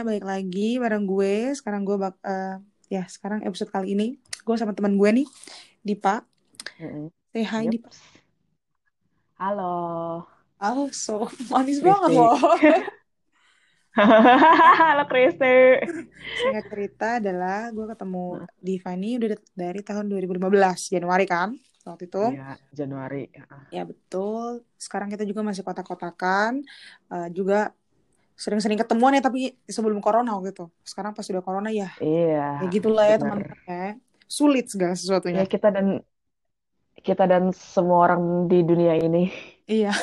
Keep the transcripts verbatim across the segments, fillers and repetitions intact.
balik lagi bareng gue. Sekarang gue bak eh, ya sekarang episode kali ini gue sama teman gue nih, Dipa. Mm-mm. Say hi Dipa. Yups. Halo, Oh, so manis banget Kristi. loh. Halo, Kristi. Singkat cerita adalah gue ketemu Diva ini udah dari tahun dua ribu lima belas Januari kan waktu itu. Iya, Januari. Ya betul. Sekarang kita juga masih kotak-kotakan, eh, juga sering-sering ketemuan ya, tapi sebelum corona gitu. Sekarang pas sudah corona ya, Iya, ya gitulah ya bener. teman-teman ya. Sulit segala Ya sesuatunya. kita dan kita dan semua orang di dunia ini. Iya.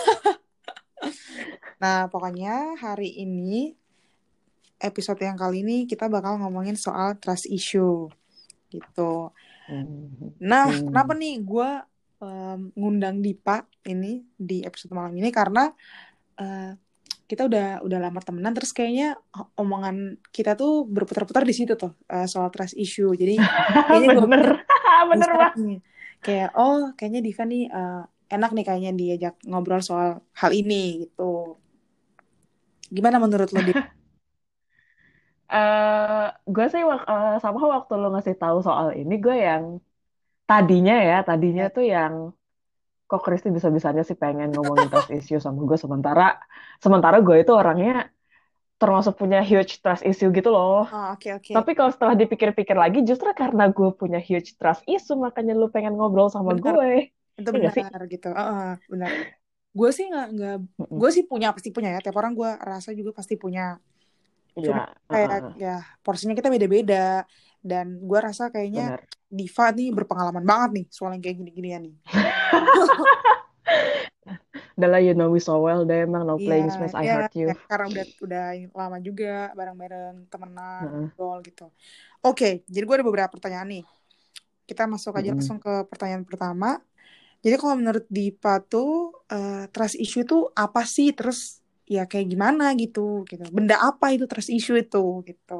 Nah, pokoknya hari ini, episode yang kali ini kita bakal ngomongin soal trust issue gitu. Hmm. Nah, kenapa Hmm. nih gue em, ngundang Dipa ini di episode malam ini karena eh, kita udah udah lama temenan, terus kayaknya omongan kita tuh berputar-putar di situ tuh, eh, soal trust issue. Jadi kayaknya gue pikir Bener, bener bisa Pak. nih, kayak oh kayaknya Diva nih eh, enak nih kayaknya diajak ngobrol soal hal ini gitu. Gimana menurut lo, Div? Eh, gue sih wak- eh, sama waktu lo ngasih tahu soal ini, gue yang tadinya ya, tadinya tuh yang kok Kristi bisa-bisanya sih pengen ngomongin trust issue sama gue sementara sementara gue itu orangnya termasuk punya huge trust issue gitu loh. Oh, oke oke. Tapi kalau setelah dipikir-pikir lagi, justru karena gue punya huge trust issue, makanya lu pengen ngobrol sama Benar, gue. itu Ya nggak sih? benar gitu. Heeh, benar. Gue sih nggak nggak Mm-mm. gue sih punya, pasti punya ya. Tiap orang gue rasa juga pasti punya. Cuma Iya, kayak uh-uh. ya porsinya kita beda-beda, dan gue rasa kayaknya Bener. Diva nih berpengalaman banget nih soal yang kayak gini-ginian nih. Udah lah, you know me so well deh, emang no Iya, playing Smash, I ya, heart ya, you. karena udah udah lama juga bareng-bareng temenan Heeh. ngobrol gitu. Oke, jadi gue ada beberapa pertanyaan nih. Kita masuk aja Mm-mm. langsung ke pertanyaan pertama. Jadi kalau menurut Dipa tuh, eh, trust issue tuh apa sih? Terus ya kayak gimana gitu, gitu. Benda apa itu trust issue itu gitu.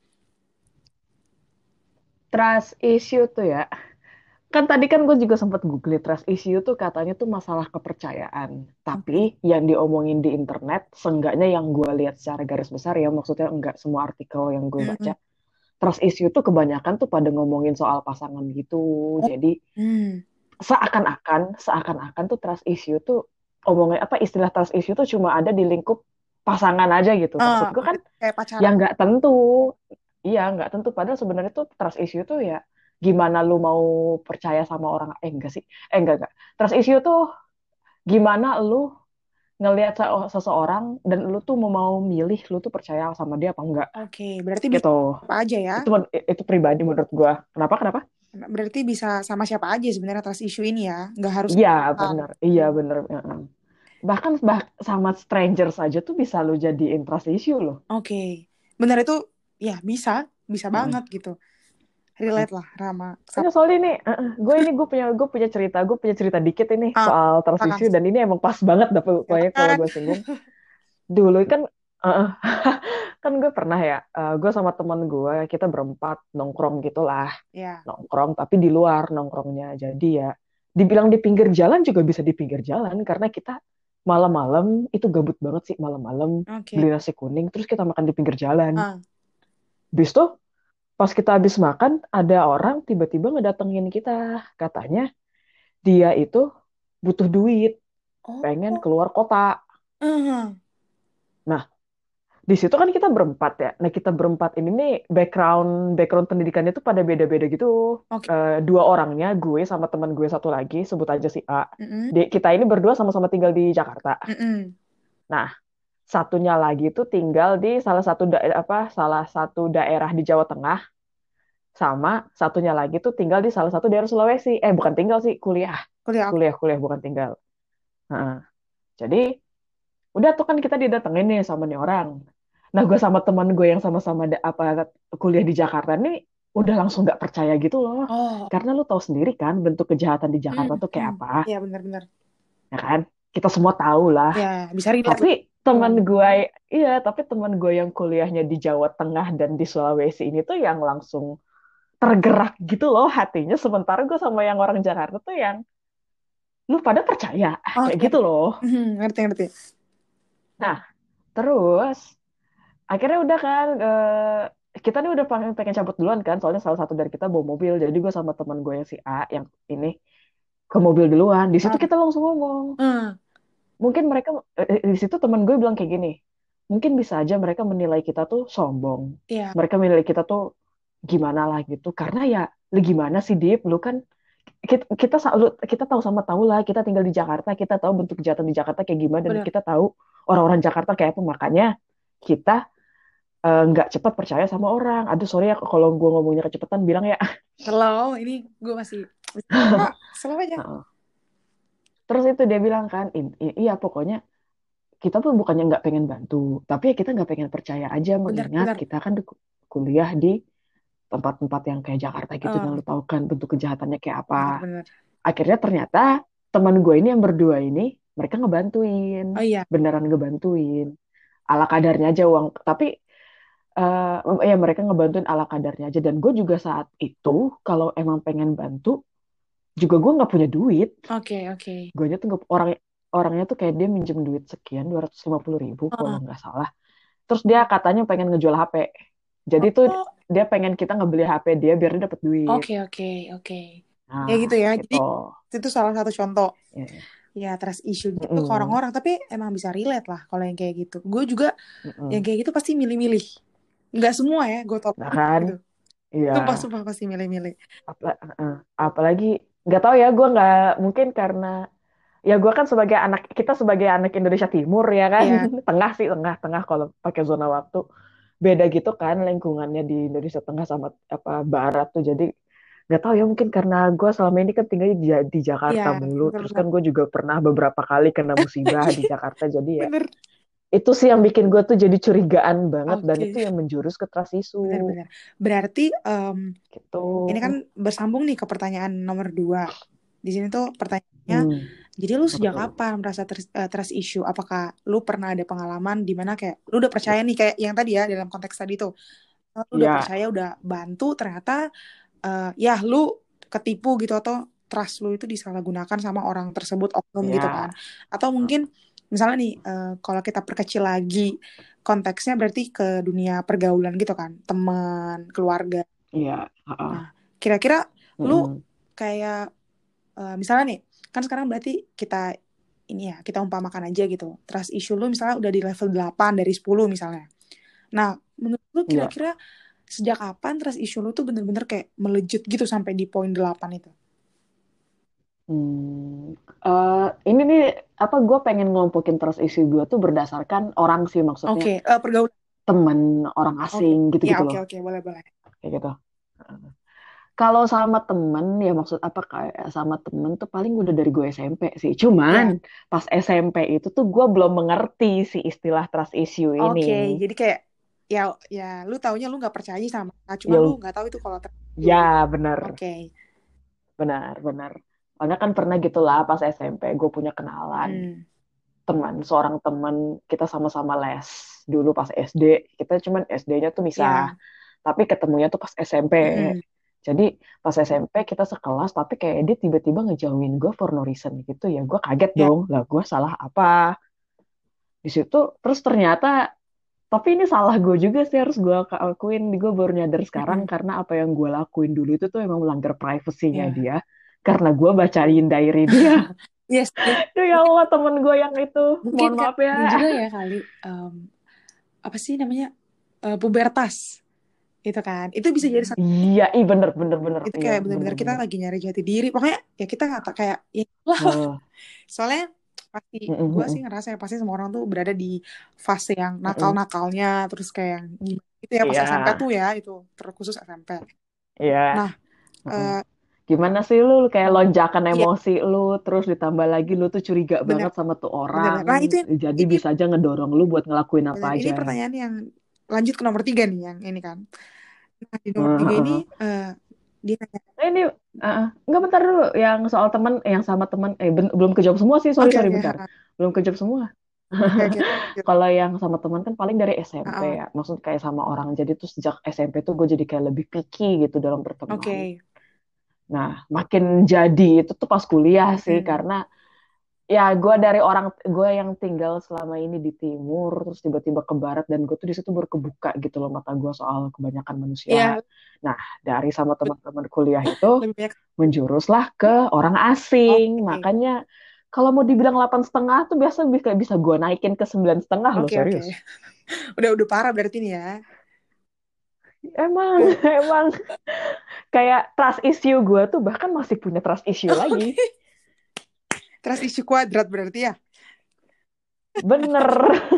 Trust issue tuh ya. Kan tadi kan gue juga sempat google trust issue tuh katanya tuh masalah kepercayaan. Tapi Oke. yang diomongin di internet, seenggaknya yang gue lihat secara garis besar ya, maksudnya enggak semua artikel yang gue baca. Mm-mm. Trust issue tuh kebanyakan tuh pada ngomongin soal pasangan gitu. Oh, Jadi hmm. seakan-akan, seakan-akan tuh trust issue tuh omongin apa istilah trust issue tuh cuma ada di lingkup pasangan aja gitu. Maksud Ah, gue kan kayak ya pacaran. nggak tentu. Iya, nggak tentu. Padahal sebenarnya tuh trust issue tuh ya gimana lu mau percaya sama orang. Eh, enggak sih. Eh, enggak, enggak. Trust issue tuh gimana lu ngelihat se- seseorang dan lu tuh mau mau milih lu tuh percaya sama dia apa enggak. Oke, berarti bisa Gitu. apa aja ya? Itu men- itu pribadi menurut gua. Kenapa? Kenapa? Berarti bisa sama siapa aja sebenarnya trust issue ini ya, nggak harus Iya, pasangan. bener. Iya, bener. Heeh. Bahkan bah sama stranger saja tuh bisa lu jadiin trust issue loh. Oke, benar itu ya bisa, bisa Heeh. banget gitu. Relate lah Rama. Enggak, Sama. soalnya ini, gue ini gue punya gue punya cerita, gue punya cerita dikit ini Ah, soal trust silakan, issue dan ini emang pas banget dapet pokoknya kalau silakan. gue singgung. Dulu kan, eh, kan gue pernah ya, eh, gue sama teman gue kita berempat nongkrong gitulah, Ya, nongkrong tapi di luar nongkrongnya. Jadi ya, dibilang di pinggir jalan juga bisa di pinggir jalan karena kita malam-malam itu gabut banget sih malam-malam oke. beli nasi kuning terus kita makan di pinggir jalan. Ah, Bis tuh pas kita habis makan ada orang tiba-tiba ngedatengin kita katanya dia itu butuh duit, pengen oh, keluar kota. ah, Nah, di situ kan kita berempat ya. Nah, kita berempat ini nih background background pendidikannya tuh pada beda-beda gitu. oke. Eh, dua orangnya, gue sama teman gue satu lagi, sebut aja si A. Mm-mm, Di, kita ini berdua sama-sama tinggal di Jakarta. mm-mm. Nah, satunya lagi tuh tinggal di salah satu daerah apa salah satu daerah di Jawa Tengah, sama satunya lagi tuh tinggal di salah satu daerah Sulawesi. Eh, bukan tinggal sih, kuliah. Kuliah, oke. Kuliah, kuliah bukan tinggal. Heeh. Jadi udah tuh kan kita didatengin nih sama nih orang. Nah, gue sama teman gue yang sama-sama da- apa kuliah di Jakarta nih udah langsung nggak percaya gitu loh. Oh, Karena lu tahu sendiri kan bentuk kejahatan di mm, Jakarta tuh kayak mm. apa, Ya benar-benar. ya kan? Kita semua tahu lah. Ya bisa relate Tapi lah. teman Hmm. gue, iya, tapi teman gue yang kuliahnya di Jawa Tengah dan di Sulawesi ini tuh yang langsung tergerak gitu loh hatinya. Sementara gue sama yang orang Jakarta tuh yang lu pada percaya kayak Oke, gitu loh. mhm, ngerti ngerti. Nah, terus akhirnya udah kan, eh, kita nih udah pengen, pengen cabut duluan kan, soalnya salah satu dari kita bawa mobil, jadi gue sama teman gue yang si A yang ini ke mobil duluan. Di situ Ah, kita langsung ngomong, hmm, mungkin mereka, eh, di situ teman gue bilang kayak gini, mungkin bisa aja mereka menilai kita tuh sombong, iya, mereka menilai kita tuh gimana lah gitu, karena ya lu gimana sih Dip, lu kan kita kita sa- lu- kita tahu sama tahu lah, kita tinggal di Jakarta, kita tahu bentuk kejahatan di Jakarta kayak gimana, dan bener. kita tahu orang-orang Jakarta kayak apa, makanya kita eh, nggak cepat percaya sama orang. Aduh sorry ya kalau gue ngomongnya kecepatan, bilang ya. Slow, ini gue masih, Kak, slow aja. Heeh. Terus itu dia bilang kan, "I- i- iya pokoknya kita tuh bukannya nggak pengen bantu, tapi ya kita nggak pengen percaya aja, Bener, mengingat bener. kita kan di- kuliah di tempat-tempat yang kayak Jakarta gitu, dan Oh, lu tahu kan bentuk kejahatannya kayak apa." bener, bener. Akhirnya ternyata teman gue ini yang berdua ini, mereka ngebantuin, Oh iya, beneran ngebantuin. Ala kadarnya aja uang, tapi eh ya mereka ngebantuin ala kadarnya aja. Dan gue juga saat itu kalau emang pengen bantu, juga gue nggak punya duit. oke, oke. Gue aja tuh nggak- orang orangnya tuh kayak dia minjem duit sekian, dua ratus lima puluh ribu kalau Oh, nggak salah. Terus dia katanya pengen ngejual H P. Jadi tuh oh, dia pengen kita ngebeli H P dia biar dia dapet duit. oke, oke, oke. Ya Nah, gitu ya. Jadi gitu. itu salah satu contoh Ya. ya trust issue gitu ke Mm-mm. orang-orang. Tapi emang bisa relate lah kalau yang kayak gitu. Gue juga yang Mm-mm. kayak gitu pasti milih-milih. Nggak semua ya, gue top Nah kan, gitu. iya. Sumpah, sumpah pasti milih-milih. Apa- eh, apalagi nggak tahu ya, gue nggak mungkin karena ya gue kan sebagai anak, kita sebagai anak Indonesia Timur ya kan, Iya, tengah sih, tengah tengah kalau pakai zona waktu beda gitu kan lingkungannya di Indonesia Tengah sama apa Barat tuh. Jadi nggak tahu ya, mungkin karena gue selama ini kan tinggal di, Ja- di iya, Jakarta mulu, terus bener-bener. kan gue juga pernah beberapa kali kena musibah di Jakarta, jadi ya Bener. itu sih yang bikin gue tuh jadi curigaan banget, dan Oke, itu yang menjurus ke trust issue bener-bener. Berarti em, gitu. ini kan bersambung nih ke pertanyaan nomor dua. Di sini tuh pertanyaannya, Hmm, jadi lu apa sejak tuh? kapan merasa trust, eh, trust issue? Apakah lu pernah ada pengalaman di mana kayak lu udah percaya nih kayak yang tadi ya dalam konteks tadi tuh, lu udah Ya, percaya udah bantu ternyata eh, ya lu ketipu gitu atau trust lu itu disalahgunakan sama orang tersebut oknum gitu kan? ya, Atau mungkin misalnya nih eh, kalau kita perkecil lagi konteksnya berarti ke dunia pergaulan gitu kan, teman, keluarga. ya, Nah, heeh. kira-kira lu Mm-mm. kayak eh, misalnya nih, kan sekarang berarti kita ini ya, kita umpamakan aja gitu. Trust issue lu misalnya udah di level delapan dari sepuluh misalnya. Nah, menurut lu Ya. kira-kira sejak kapan trust issue lu tuh bener-bener kayak melejit gitu sampai di poin delapan itu? Hmm, eh, ini nih apa, gue pengen ngelompokin trust issue gue tuh berdasarkan orang sih, maksudnya Oke, eh, pergaulan. temen orang Oke, asing ya gitu-gitu oke loh, oke boleh boleh. kayak gitu. Kalau sama temen ya, maksud apa, kayak sama temen tuh paling udah dari gue S M P sih. Cuman Ya, pas S M P itu tuh gue belum mengerti si istilah trust issue ini. oke. Jadi kayak ya ya lu taunya lu nggak percaya sama, nah, cuman lu Yang nggak tahu itu kalau trust issue gitu. ya benar, Oke. benar, benar. Soalnya kan pernah gitu lah pas S M P gue punya kenalan Hmm. teman, seorang teman, kita sama-sama les dulu pas S D. Kita cuman S D-nya tuh misah, Ya. tapi ketemunya tuh pas S M P. Mm-mm. Jadi pas S M P kita sekelas, tapi kayak dia tiba-tiba ngejauhin gue for no reason gitu ya. Gue kaget Ya. dong, lah gue salah apa di situ. Terus ternyata, tapi ini salah gue juga sih, harus gue akuin. Gue baru nyadar sekarang Mm-mm. karena apa yang gue lakuin dulu itu tuh emang melanggar privasinya Ya. dia. Karena gue bacain diary dia. Yes, yes. Duh ya Allah, temen gue yang itu. Mungkin Mohon kan maaf ya. ini juga ya kali em, apa sih namanya eh, pubertas itu kan itu bisa jadi satu Iya, ih bener, bener, bener. itu Iya, kayak benar-benar bener, kita bener. lagi nyari jati diri pokoknya ya kita nggak tak kayak ya lah Heeh. soalnya pasti Mm, mm, gue sih mm, ngerasa ya pasti semua orang tuh berada di fase yang mm, mm. nakal-nakalnya terus kayak yang gimana gitu ya pas Iya, S M P tuh ya itu terkhusus S M P iya. nah Mm-mm. eh, Gimana sih lu kayak lonjakan iya emosi lu, terus ditambah lagi lu tuh curiga bener banget sama tuh bener orang, nah itu yang jadi ini bisa aja ngedorong lu buat ngelakuin apa bener ini aja. pertanyaan yang lanjut ke nomor tiga nih yang ini kan nah di nomor tiga ini Heeh. eh, dia nanya Nah, ini uh, nggak, bentar dulu, yang soal temen, yang sama temen, eh ben- belum kejawab semua sih, sorry oke sorry oke bentar, belum kejawab semua. oke oke lanjut. Kalau yang sama teman kan paling dari S M P Ah, ah. ya, maksud kayak sama orang. Jadi tuh sejak S M P tuh gue jadi kayak lebih picky gitu dalam berteman. Oke. Nah, makin jadi itu tuh pas kuliah sih, Mm-mm. karena Ya, gue dari orang gue yang tinggal selama ini di timur, terus tiba-tiba ke barat, dan gue tuh di situ baru kebuka gitu loh mata gue soal kebanyakan manusia. Iya, Nah, dari sama bet- teman-teman kuliah itu lebih banyak. menjuruslah ke orang asing. Oke, Makanya kalau mau dibilang delapan setengah tuh biasa bisa bisa gue naikin ke sembilan setengah loh, oke, oke. serius. Udah udah parah berarti nih ya. Emang, emang kayak trust issue gue tuh bahkan masih punya trust issue lagi. Oke, terus isu kuadrat berarti ya. Bener.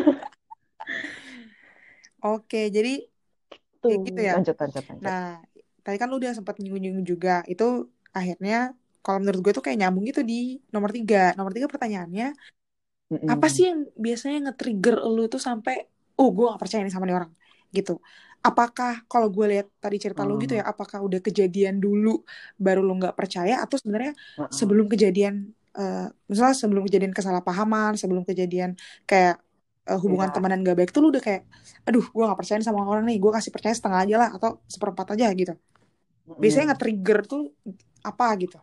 Oke, jadi Tuh, kayak gitu ya. lanjut, lanjut, lanjut. Nah, tadi kan lu udah sempat nyinggung-nyinggung juga. Itu akhirnya kalau menurut gue tuh kayak nyambung gitu di nomor tiga. Nomor tiga pertanyaannya, apa sih Mm-mm. yang biasanya nge-trigger lu tuh sampai, oh gue gak percaya nih sama nih orang gitu. Apakah kalau gue lihat tadi cerita lu gitu ya, Mm. apakah udah kejadian dulu baru lu nggak percaya atau sebenarnya Mm-mm. sebelum kejadian, eh, misalnya sebelum kejadian kesalahpahaman, sebelum kejadian kayak eh, hubungan Iya. temenan gak baik tuh lu udah kayak, aduh gue gak percaya nih sama orang nih, gue kasih percaya setengah aja lah atau seperempat aja gitu. Biasanya Mm-mm. nge-trigger tuh apa gitu?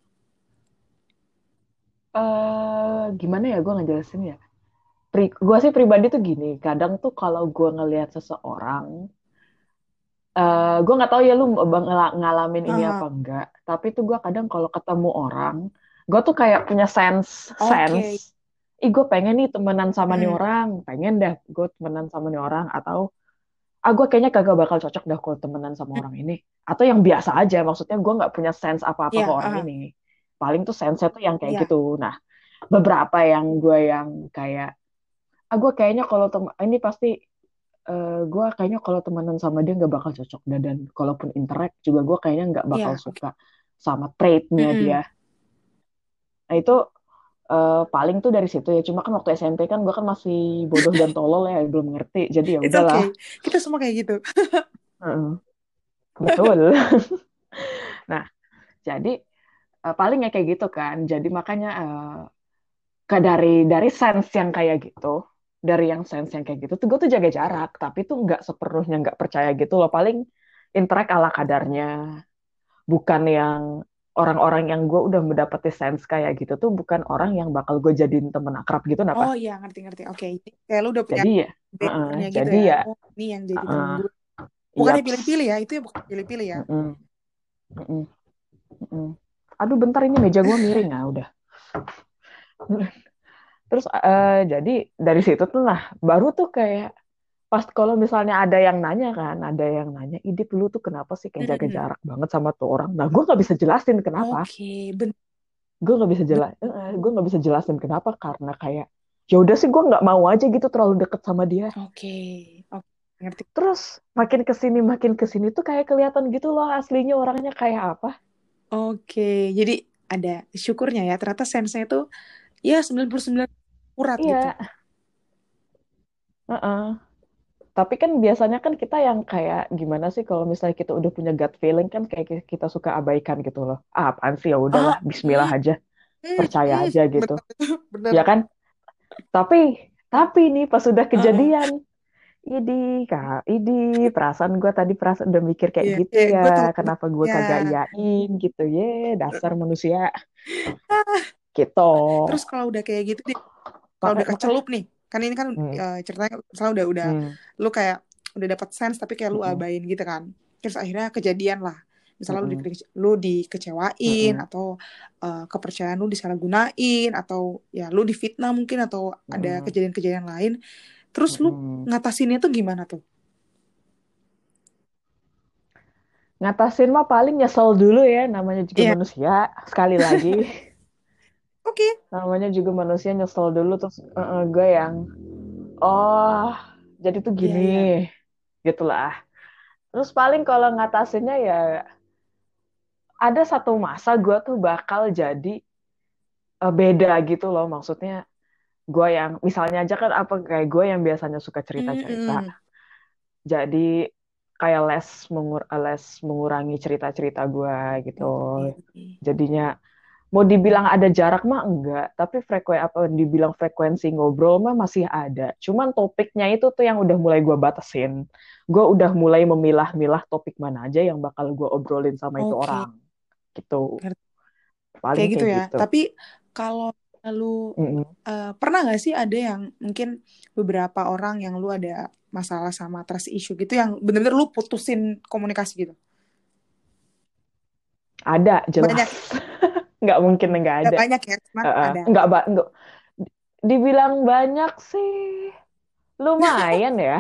eh gimana ya gue ngejelasin ya? Pri, gue sih pribadi tuh gini, kadang tuh kalau gue ngelihat seseorang, eh gue nggak tahu ya lu bang ngala- ngalamin ini Aha, apa enggak, tapi tuh gue kadang kalau ketemu orang, gue tuh kayak punya sense, sense, oke. ih gue pengen nih temenan sama nih Mm-mm. orang, pengen deh gue temenan sama nih orang, atau ah gue kayaknya kagak bakal cocok dah kalau temenan sama orang ini, atau yang biasa aja, maksudnya gue nggak punya sense apa-apa ke Iya, orang aha, ini, paling tuh sense tuh yang kayak iya, gitu. Nah, beberapa yang gue yang kayak ah gue kayaknya kalau tem ini pasti eh, gue kayaknya kalau temenan sama dia nggak bakal cocok dan, dan kalaupun interact juga gue kayaknya nggak bakal iya, oke. suka sama trait-nya dia. Mm-mm. Nah itu eh, paling tuh dari situ ya, cuma kan waktu S M P kan gue kan masih bodoh dan tolol ya, belum ngerti, jadi ya It's udahlah. okay. Kita semua kayak gitu. Heeh, betul. Nah, jadi eh, paling ya kayak gitu kan, jadi makanya eh, ke dari dari sense yang kayak gitu, dari yang sense yang kayak gitu tuh gue tuh jaga jarak, tapi tuh nggak sepenuhnya nggak percaya gitu loh, paling interact ala kadarnya, bukan yang orang-orang yang gue udah mendapati sense kayak gitu tuh bukan orang yang bakal gue jadiin temen akrab gitu, Oh kenapa? iya, ngerti-ngerti. Oke, ini kayak lu udah punya Jadi ya, heeh, backgroundnya gitu jadi ya. ya, Oh, ini yang jadi temen heeh, gue. Bukannya yaps, pilih-pilih ya, itu ya bukan pilih-pilih ya. heeh, heeh, heeh. Aduh bentar ini meja gue miring ah udah. Terus eh, jadi dari situ tuh nah baru tuh kayak pas kalau misalnya ada yang nanya kan, ada yang nanya, Idip lu tuh kenapa sih kayak jaga Mm-mm. jarak banget sama tuh orang? Nah, gue nggak bisa jelasin kenapa. Oke, ben, Gue nggak bisa ben- jelas, gue nggak bisa jelasin kenapa karena kayak ya udah sih gue nggak mau aja gitu terlalu deket sama dia. oke, oke, ngerti. Terus makin kesini makin kesini tuh kayak kelihatan gitu loh aslinya orangnya kayak apa. Oke, jadi ada syukurnya ya. Ternyata sense-nya itu ya sembilan puluh sembilan akurat gitu. Iya, heeh. Tapi kan biasanya kan kita yang kayak gimana sih kalau misalnya kita udah punya gut feeling kan kayak kita suka abaikan gitu loh. Ah, apaan sih ya Ah, udahlah, Bismillah mm, aja, mm, percaya mm, aja gitu. bener, bener. Ya kan? Tapi tapi nih pas udah Heeh. kejadian, idi kak, idi perasaan gue tadi perasaan udah mikir kayak Iya, gitu kayak ya, gue tahu kenapa gue ya. kagak iyain gitu ye, dasar manusia gitu. Terus kalau udah kayak gitu, deh, kalau Makanya udah makanya kecelup nih, kan ini kan hmm, eh, ceritanya misalnya udah udah hmm, lu kayak udah dapat sense tapi kayak lu hmm, abain gitu kan. Terus akhirnya kejadian lah. Misalnya lu, di, hmm, lu dikecewain hmm, atau eh, kepercayaan lu disalahgunain atau ya lu difitnah mungkin atau ada hmm, kejadian-kejadian lain. Terus lu hmm. ngatasinnya tuh gimana tuh? Ngatasin mah paling nyesel dulu ya, namanya juga Iya, manusia, sekali lagi oke. namanya juga manusia, nyesel dulu terus eh, eh, gue yang oh jadi tuh Iya, gini iya. gitulah. Terus paling kalau ngatasinnya ya ada satu masa gue tuh bakal jadi eh, beda gitu loh, maksudnya gue yang misalnya aja kan apa kayak gue yang biasanya suka cerita-cerita, Mm-mm. jadi kayak les mengur les mengurangi cerita-cerita gue gitu, Oke. jadinya mau dibilang ada jarak mah enggak, tapi frekuensi apa dibilang frekuensi ngobrol mah masih ada, cuman topiknya itu tuh yang udah mulai gue batasin, gue udah mulai memilah-milah topik mana aja yang bakal gue obrolin sama itu Oke. orang gitu, Ngerti. paling Kayak gitu kayak ya. gitu. Tapi kalau Lalu Mm-mm. eh, pernah nggak sih ada yang mungkin beberapa orang yang lu ada masalah sama trust issue gitu yang bener-bener lu putusin komunikasi gitu? Ada jelas. Banyak ya? Nggak mungkin nggak Nggak ada. banyak ya, cuma Uh-uh. ada. Nggak ba nggak. Dibilang banyak sih, lumayan ya.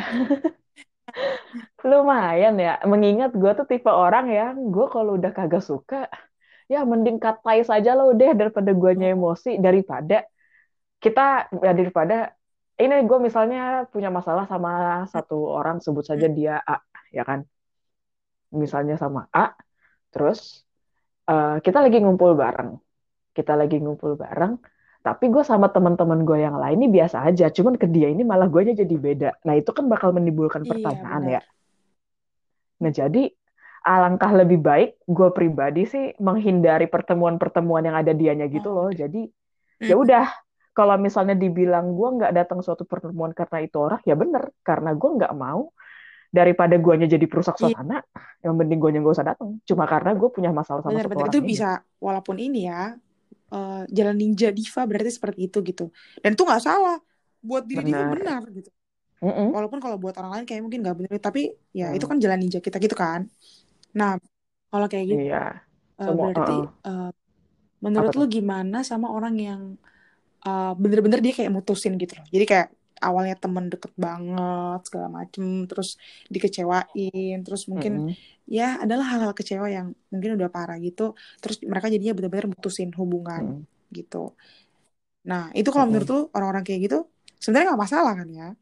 Lumayan ya. Mengingat gue tuh tipe orang yang gue kalau udah kagak suka, ya mending katai saja lo deh daripada guanya Oh, emosi, daripada kita ya daripada ini gue misalnya punya masalah sama satu orang, sebut saja mm, dia A, ya kan? Misalnya sama A, terus eh, kita lagi ngumpul bareng, kita lagi ngumpul bareng, tapi gue sama teman-teman gue yang lain ini biasa aja, cuman ke dia ini malah guanya jadi beda. Nah itu kan bakal menimbulkan iya pertanyaan ya. benar. Nah jadi alangkah lebih baik gue pribadi sih menghindari pertemuan-pertemuan yang ada dianya gitu Oh, loh. oke. Jadi ya Mm, udah, kalau misalnya dibilang gue nggak datang suatu pertemuan karena itu orang, ya bener, karena gue nggak mau daripada guanya jadi perusak iya suasana, yang penting guanya nggak usah datang. Cuma karena gue punya masalah sama satu benar-benar orang itu ini. bisa walaupun ini ya eh, jalan ninja diva berarti seperti itu gitu. Dan itu nggak salah. Buat diri diva Benar. benar gitu. Mm-mm. Walaupun kalau buat orang lain kayak mungkin nggak benar, tapi ya itu Mm. kan jalan ninja kita gitu kan. Nah, kalau kayak gitu Iya. eh, Semua. berarti Uh-uh. eh, Apa menurut lu tuh? gimana sama orang yang uh, bener-bener dia kayak mutusin gitu loh. Jadi kayak awalnya temen deket banget segala macem, terus dikecewain, terus mungkin Mm-mm. ya adalah hal-hal kecewa yang mungkin udah parah gitu, terus mereka jadinya bener-bener mutusin hubungan Mm-mm. gitu. Nah itu kalau menurut Mm-mm. lu orang-orang kayak gitu sebenarnya nggak masalah kan ya?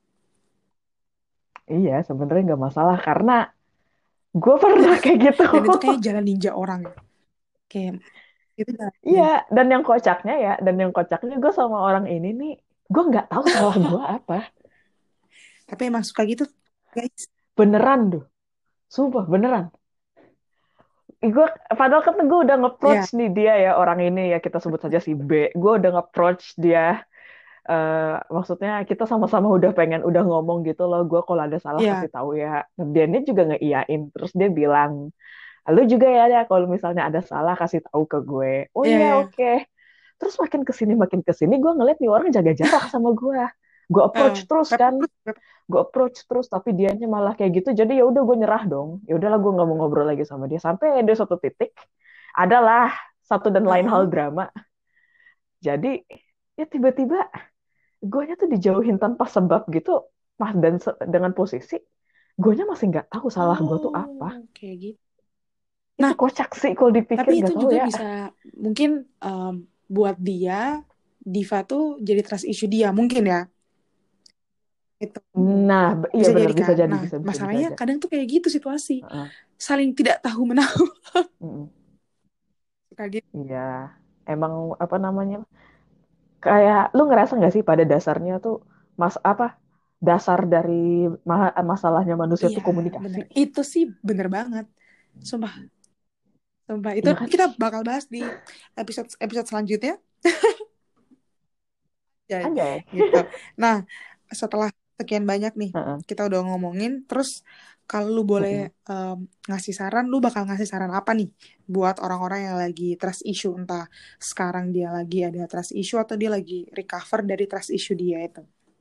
Iya, sebenarnya nggak masalah karena gue pernah kayak gitu. Dan itu kayak jalan ninja orang ya. Kayak itu jalan Iya, ninja. dan yang kocaknya ya, dan yang kocaknya gue sama orang ini nih, gue nggak tahu salah gue apa. Tapi emang suka gitu guys. Beneran tuh, sumpah beneran. Gue, padahal kan gue udah nge-approach Ya, nih dia ya, orang ini ya, kita sebut saja si B. Gue udah nge-approach dia, eh, maksudnya kita sama-sama udah pengen, udah ngomong gitu loh, gue kalau ada salah ya, kasih tahu ya. Nah, dia ini juga ngeiyain, terus dia bilang, lu juga ya, ya kalau misalnya ada salah kasih tahu ke gue. Oh ya, iya, ya. oke. Terus makin kesini makin kesini gue ngeliat nih orang jaga jarak sama gue. Gue approach Eh, terus pep- kan, gue approach terus, tapi dianya malah kayak gitu. Jadi ya udah gue nyerah dong. Ya udahlah, gue nggak mau ngobrol lagi sama dia. Sampai ada suatu titik adalah satu dan lain hal Heeh. drama. Jadi ya tiba-tiba guanya tuh dijauhin tanpa sebab gitu, pas dan se- dengan posisi guanya masih nggak tahu salah gue tuh apa. Oh, kayak gitu. Itu Nah, kocak sih kalau dipikir, tapi itu nggak tahu juga ya. bisa mungkin em, buat dia Diva tuh jadi trust issue dia mungkin ya. Itu Nah, b- iya bisa benar, jadi bisa kan. jadi, Nah, bisa bisa bisa masalahnya aja. kadang tuh kayak gitu situasi. Heeh. Saling tidak tahu menahu. Mm-mm. Suka gitu. Iya, emang apa namanya? Kayak lu ngerasa nggak sih pada dasarnya tuh mas apa dasar dari ma- masalahnya manusia Iya, tuh komunikasi? bener. Itu sih bener banget. Sumpah, sumpah. Itu Iya kan? kita bakal bahas di episode episode selanjutnya. Ya, Anjay. gitu. Nah, setelah sekian banyak nih, Heeh. kita udah ngomongin, terus kalau lu boleh Mm-mm. em, ngasih saran, lu bakal ngasih saran apa nih buat orang-orang yang lagi trust issue, entah sekarang dia lagi ada trust issue atau dia lagi recover dari trust issue dia itu.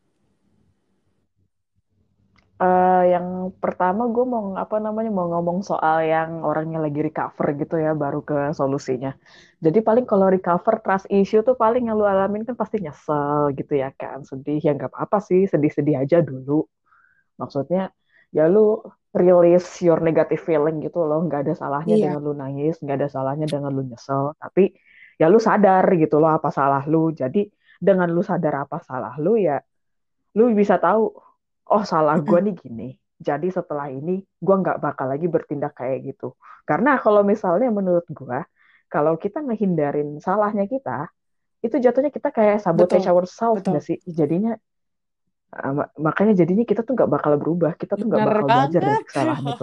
Eh, yang pertama gue mau apa namanya mau ngomong soal yang orangnya lagi recover gitu ya, baru ke solusinya. Jadi paling kalau recover trust issue tuh paling yang lu alamin kan pasti nyesel gitu ya kan, sedih ya, nggak apa-apa sih, sedih-sedih aja dulu. Maksudnya ya lu release your negative feeling gitu loh, nggak ada salahnya Iya, dengan lu nangis, nggak ada salahnya dengan lu nyesel, tapi ya lu sadar gitu loh apa salah lu. Jadi dengan lu sadar apa salah lu, ya lu bisa tahu, oh salah gue mm-mm. nih gini. Jadi setelah ini gue nggak bakal lagi bertindak kayak gitu. Karena kalau misalnya menurut gue, kalau kita ngehindarin salahnya kita, itu jatuhnya kita kayak sabotage Betul, ourselves nggak betul. sih? Jadinya ah, ma- makanya jadinya kita tuh nggak bakal berubah, kita tuh nggak Bener bakal belajar dari banget. kesalahan itu,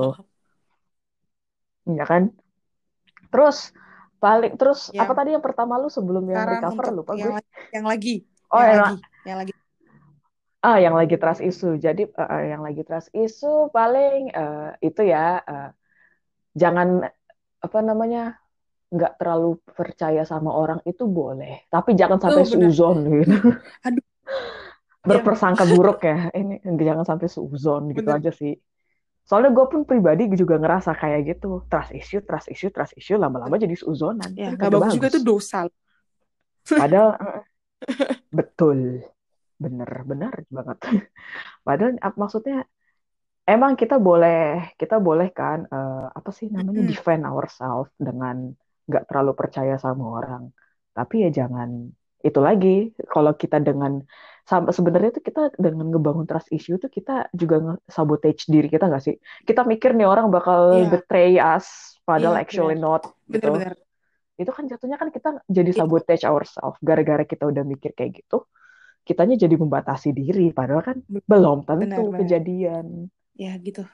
ya kan? Terus paling terus apa Ya, tadi yang pertama lu sebelum yang saran recover, untuk lupa yang gue. lagi, yang lagi, Oh yang yang lagi, la- yang lagi. ah yang lagi trust issue. Jadi eh, eh, yang lagi trust issue paling eh, itu ya, eh, jangan apa namanya nggak terlalu percaya sama orang itu boleh, tapi jangan sampai Oh benar. suzon gitu. Aduh, ya Berpersangka buruk ya. Ini jangan sampai suzon gitu bener. aja sih. Soalnya gue pun pribadi juga ngerasa kayak gitu. Trust issue, trust issue, trust issue lama-lama jadi suzonan. Ya Kan nggak kagak bagus juga itu bagus. dosa. Padahal eh, betul, bener-bener banget. Padahal ap- maksudnya emang kita boleh, kita boleh kan eh, apa sih namanya Mm-mm. defend ourselves dengan nggak terlalu percaya sama orang. Tapi ya jangan itu lagi. Kalau kita dengan sama sebenarnya tuh kita dengan ngebangun trust issue tuh kita juga nge-sabotage diri kita nggak sih? Kita mikir nih orang bakal Iya, betray us, iya padahal actually benar, not gitu. benar-benar. Itu kan jatuhnya kan kita jadi Iya, sabotage ourselves. Gara-gara kita udah mikir kayak gitu, kitanya jadi membatasi diri. Padahal kan belum tentu benar-benar. kejadian. Ya gitu.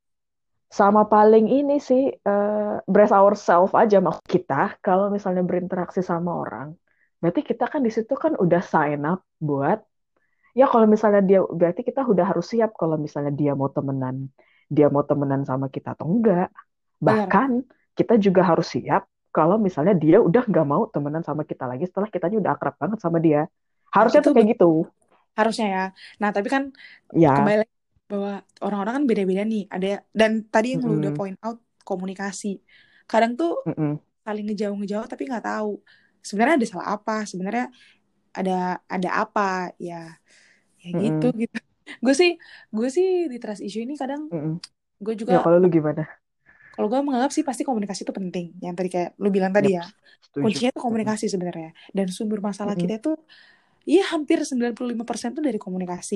Sama paling ini sih, eh, brace ourselves aja maksud kita kalau misalnya berinteraksi sama orang. Berarti kita kan di situ kan udah sign up buat, ya kalau misalnya dia, berarti kita udah harus siap kalau misalnya dia mau temenan, dia mau temenan sama kita atau enggak. Benar. Bahkan kita juga harus siap kalau misalnya dia udah nggak mau temenan sama kita lagi setelah kitanya udah akrab banget sama dia. Nah, Harusnya itu tuh kayak be- gitu. harusnya ya. Nah, tapi kan Ya. kembali lagi bahwa orang-orang kan beda-beda nih. Ada dan tadi yang lu udah Mm-mm. point out komunikasi. Kadang tuh Mm-mm. saling ngejauh-ngejauh tapi nggak tahu sebenarnya ada salah apa, sebenarnya ada ada apa ya, ya gitu Mm-mm. gitu. Gue sih gue sih di trust issue ini kadang Mm-mm. gue juga, Ya kalau lu gimana? kalau gue menganggap sih pasti komunikasi itu penting. Yang tadi kayak lu bilang tadi Yap, ya, setuju. kuncinya itu Mm-mm. komunikasi sebenarnya. Dan sumber masalah Mm-mm. kita itu, iya hampir sembilan puluh lima persen tuh dari komunikasi.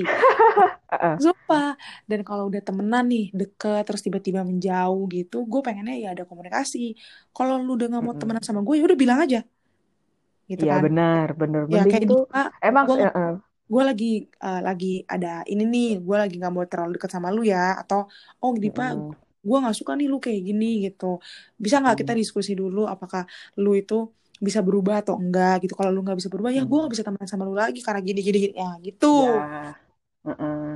Ah, Sumpah. Dan kalau udah temenan nih, deket, terus tiba-tiba menjauh gitu, gue pengennya ya ada komunikasi. Kalau lu udah gak mau mm-mm. temenan sama gue, ya udah bilang aja, gitu Iya kan. benar, benar. Ya Mending kayak tuh Dipa, emang gue eh, eh, gue lagi eh, lagi ada ini nih, gue lagi nggak mau terlalu dekat sama lu ya, atau oh Dipa, mm-mm, gue nggak suka nih lu kayak gini gitu, bisa nggak kita mm-mm, diskusi dulu apakah lu itu bisa berubah atau enggak gitu. Kalau lu nggak bisa berubah, ya gue mm. nggak bisa temenan sama lu lagi karena gini gini, gini. Ya gitu. Ya, mm-mm.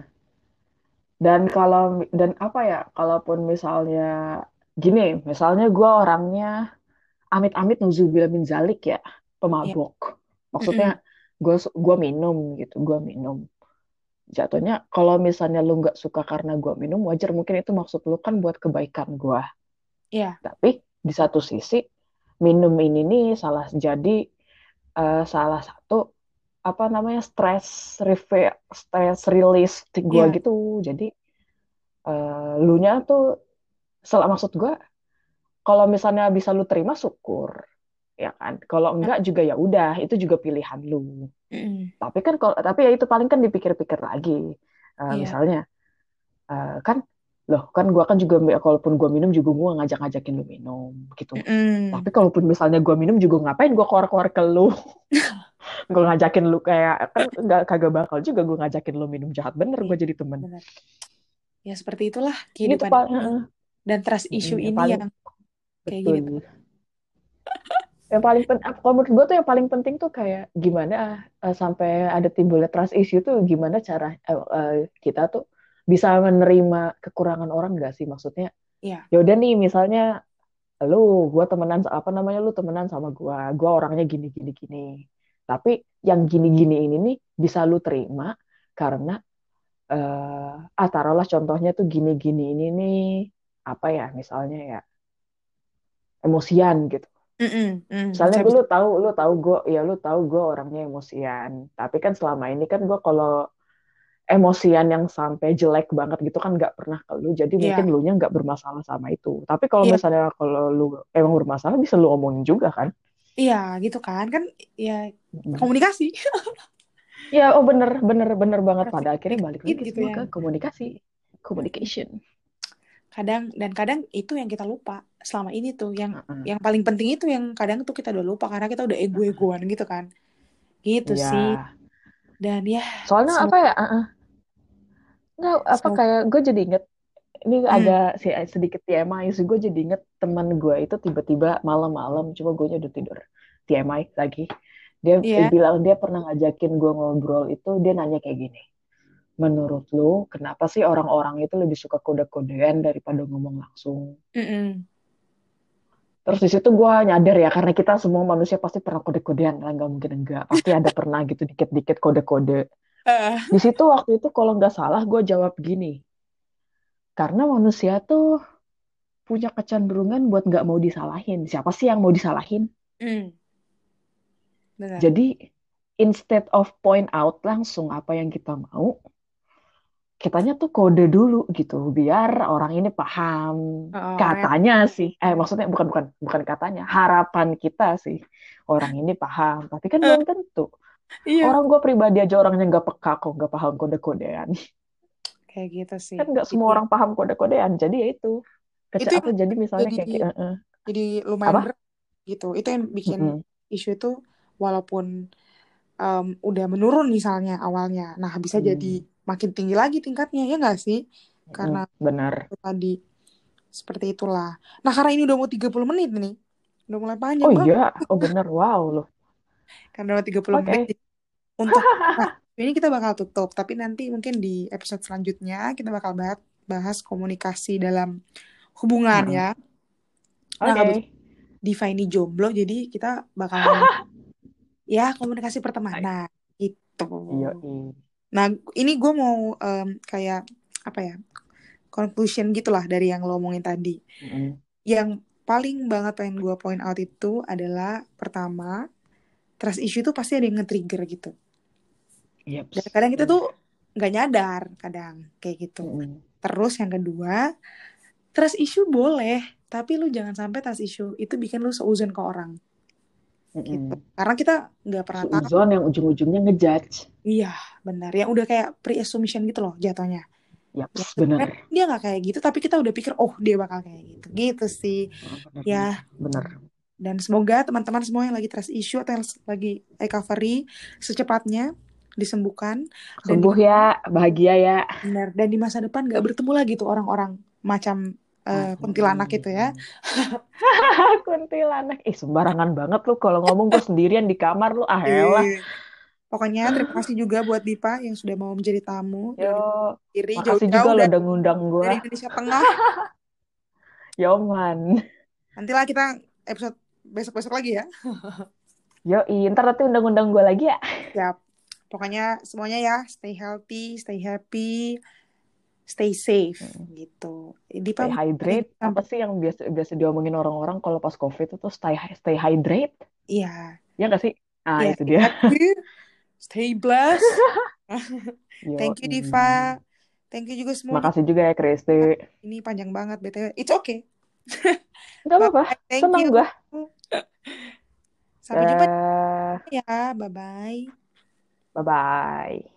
Dan kalau dan apa ya, kalaupun misalnya gini, misalnya gue orangnya amit-amit nauzubillah min zalik ya, Ya. pemabok. Mm-mm. Maksudnya gue gue minum gitu, gue minum. Jatuhnya kalau misalnya lu nggak suka karena gue minum, wajar mungkin itu maksud lu kan buat kebaikan gue. Ya. Tapi di satu sisi minum ini nih salah jadi eh, salah satu apa namanya stress reve- stress release gue Ya. gitu. Jadi eh, lu nya tuh sel- maksud gue kalau misalnya bisa lu terima syukur ya kan. Kalau enggak juga ya udah itu juga pilihan lu. Mm-mm. Tapi kan kalau tapi ya itu paling kan dipikir-pikir lagi. Eh, Iya. misalnya eh, kan loh kan gua kan juga kalaupun gua minum juga gua ngajak-ngajakin lu minum gitu. Tapi Mm-mm. kalaupun misalnya gua minum juga ngapain gua keluar-keluar ke lu. Gua ngajakin lu kayak kan nggak kagak bakal juga gua ngajakin lu minum jahat bener Iya. gua jadi temen. Benar. Ya seperti itulah Gitu kehidupan Pak. ini Heeh. dan trust issue Mm-mm, yang ini paling yang kayak gini tuh. betul. Yang paling penting, kalau menurut gue tuh yang paling penting tuh kayak gimana eh, sampai ada timbulnya trust issue tuh gimana cara eh, eh, kita tuh bisa menerima kekurangan orang gak sih maksudnya Iya. ya udah nih misalnya lu gue temenan apa namanya lu temenan sama gue gue orangnya gini gini gini tapi yang gini gini ini nih bisa lu terima karena eh ah taruhlah contohnya tuh gini gini ini nih apa ya misalnya ya emosian gitu. Mm-mm. Mm. Misalnya Bisa gue bisa. lu tahu lu tahu gue ya lu tahu gue orangnya emosian. Tapi kan selama ini kan gue kalau emosian yang sampai jelek banget gitu kan nggak pernah ke lu. Jadi mungkin Iya. lu nya nggak bermasalah sama itu. Tapi kalau Iya. misalnya kalau lu emang bermasalah bisa lu omongin juga kan. Iya, gitu kan. Kan ya Mm. komunikasi. Ya oh bener bener bener banget pada akhirnya balik Perspektif lagi gitu semua ke yang komunikasi, mm, communication. kadang dan kadang itu yang kita lupa selama ini tuh yang Heeh. yang paling penting itu yang kadang tuh kita udah lupa karena kita udah ego-egoan gitu kan. Gitu Iya. sih. Dan ya Soalnya apa semoga ya? Heeh. Nggak apa semoga kayak gue jadi inget ini hmm, agak si sedikit T M I sih gue jadi inget teman gue itu tiba-tiba malam-malam cuma gue udah tidur T M I lagi dia iya. bilang dia pernah ngajakin gue ngobrol itu dia nanya kayak gini menurut lu kenapa sih orang-orang itu lebih suka kode-kodean daripada ngomong langsung Mm-mm. Terus di situ gue nyadar ya, karena kita semua manusia pasti pernah kode-kodean lah, nggak mungkin enggak. Pasti ada pernah gitu dikit-dikit kode-kode. Eh, Di situ waktu itu kalau nggak salah gue jawab gini, karena manusia tuh punya kecenderungan buat nggak mau disalahin. Siapa sih yang mau disalahin? hmm, benar. Jadi instead of point out langsung apa yang kita mau, kitanya tuh kode dulu gitu, biar orang ini paham. Oh, orang yang Katanya sih, eh maksudnya bukan bukan bukan katanya, harapan kita sih orang ini paham. Tapi kan eh, belum tentu. iya Orang gue pribadi aja orangnya nggak peka kok, nggak paham kode-kodean. kayak gitu sih. Kan nggak Jadi semua orang paham kode-kodean. Jadi ya itu. itu Kece yang apa jadi misalnya jadi kayak, kayak, eh, eh. jadi lumayan Apa? berat gitu. Itu yang bikin Mm-mm, isu itu walaupun em, udah menurun misalnya awalnya, nah bisa jadi mm, makin tinggi lagi tingkatnya ya nggak sih? Karena mm, benar. itu tadi seperti itulah. Nah karena ini udah mau tiga puluh menit nih, udah mulai panjang Oh banget. iya, oh benar. Wow loh. Karena udah tiga puluh menit Oke. jadi untuk nah, ini kita bakal tutup, tapi nanti mungkin di episode selanjutnya kita bakal bahas, bahas komunikasi dalam hubungan ya. Mm-mm. Nah, Oke. kebetulan Diva ini jomblo, jadi kita bakal ngomong ya komunikasi pertemanan itu. Iya. Nah, ini gue mau em, kayak apa ya conclusion gitulah dari yang lo omongin tadi. Mm-mm. Yang paling banget pengen gue point out itu adalah pertama, trust issue tuh pasti ada yang nge-trigger gitu. Dan Yaps. kadang kita Benar. tuh nggak nyadar, kadang kayak gitu. Mm-mm. Terus yang kedua, trust issue boleh, tapi lu jangan sampai trust issue itu bikin lu seuzon ke orang gitu. Mm-mm. Karena kita nggak pernah tahu. Suuzon yang ujung-ujungnya ngejudge. Iya, benar. Yang udah kayak pre-assumption gitu loh jatuhnya. Ya, Yaps, sebenarnya benar. dia nggak kayak gitu, tapi kita udah pikir, oh dia bakal kayak gitu. Gitu sih. Oh, Ya, benar-benar. Benar. dan semoga teman-teman semua yang lagi trust issue atau yang lagi recovery secepatnya disembuhkan dan di Sembuh ya, bahagia ya. benar dan di masa depan nggak bertemu lagi tuh orang-orang macam eh, kuntilanak itu ya. Amin. Kuntilanak. Ih, sembarangan banget lu kalau ngomong gue sendirian di kamar lu. Ah, elah. Eh, Pokoknya terima kasih juga buat Dipa yang sudah mau menjadi tamu Yo, dari diri makasih juga jauh-jauh lo dari, udah ngundang gue. dari Indonesia Tengah. Yoman. Nantilah kita episode besok-besok lagi ya. Yo, ntar nanti undang-undang gue lagi ya. Siap. Pokoknya semuanya ya, stay healthy, stay happy, stay safe Hmm. gitu. Dipa Stay mungkin hydrate. Apa sampai sih yang biasa biasa diomongin orang-orang kalau pas COVID itu stay stay hydrate? iya, Ya nggak sih? Ah, iya itu stay dia. happy, stay blessed. Yo, Thank you Diva. Thank you juga semuanya. makasih juga ya Kristi. Ini panjang banget B T W. It's okay. Gak Bye apa-apa. bye. Thank Senang you. gue. Sampai jumpa Eh, ya. Bye bye. bye-bye.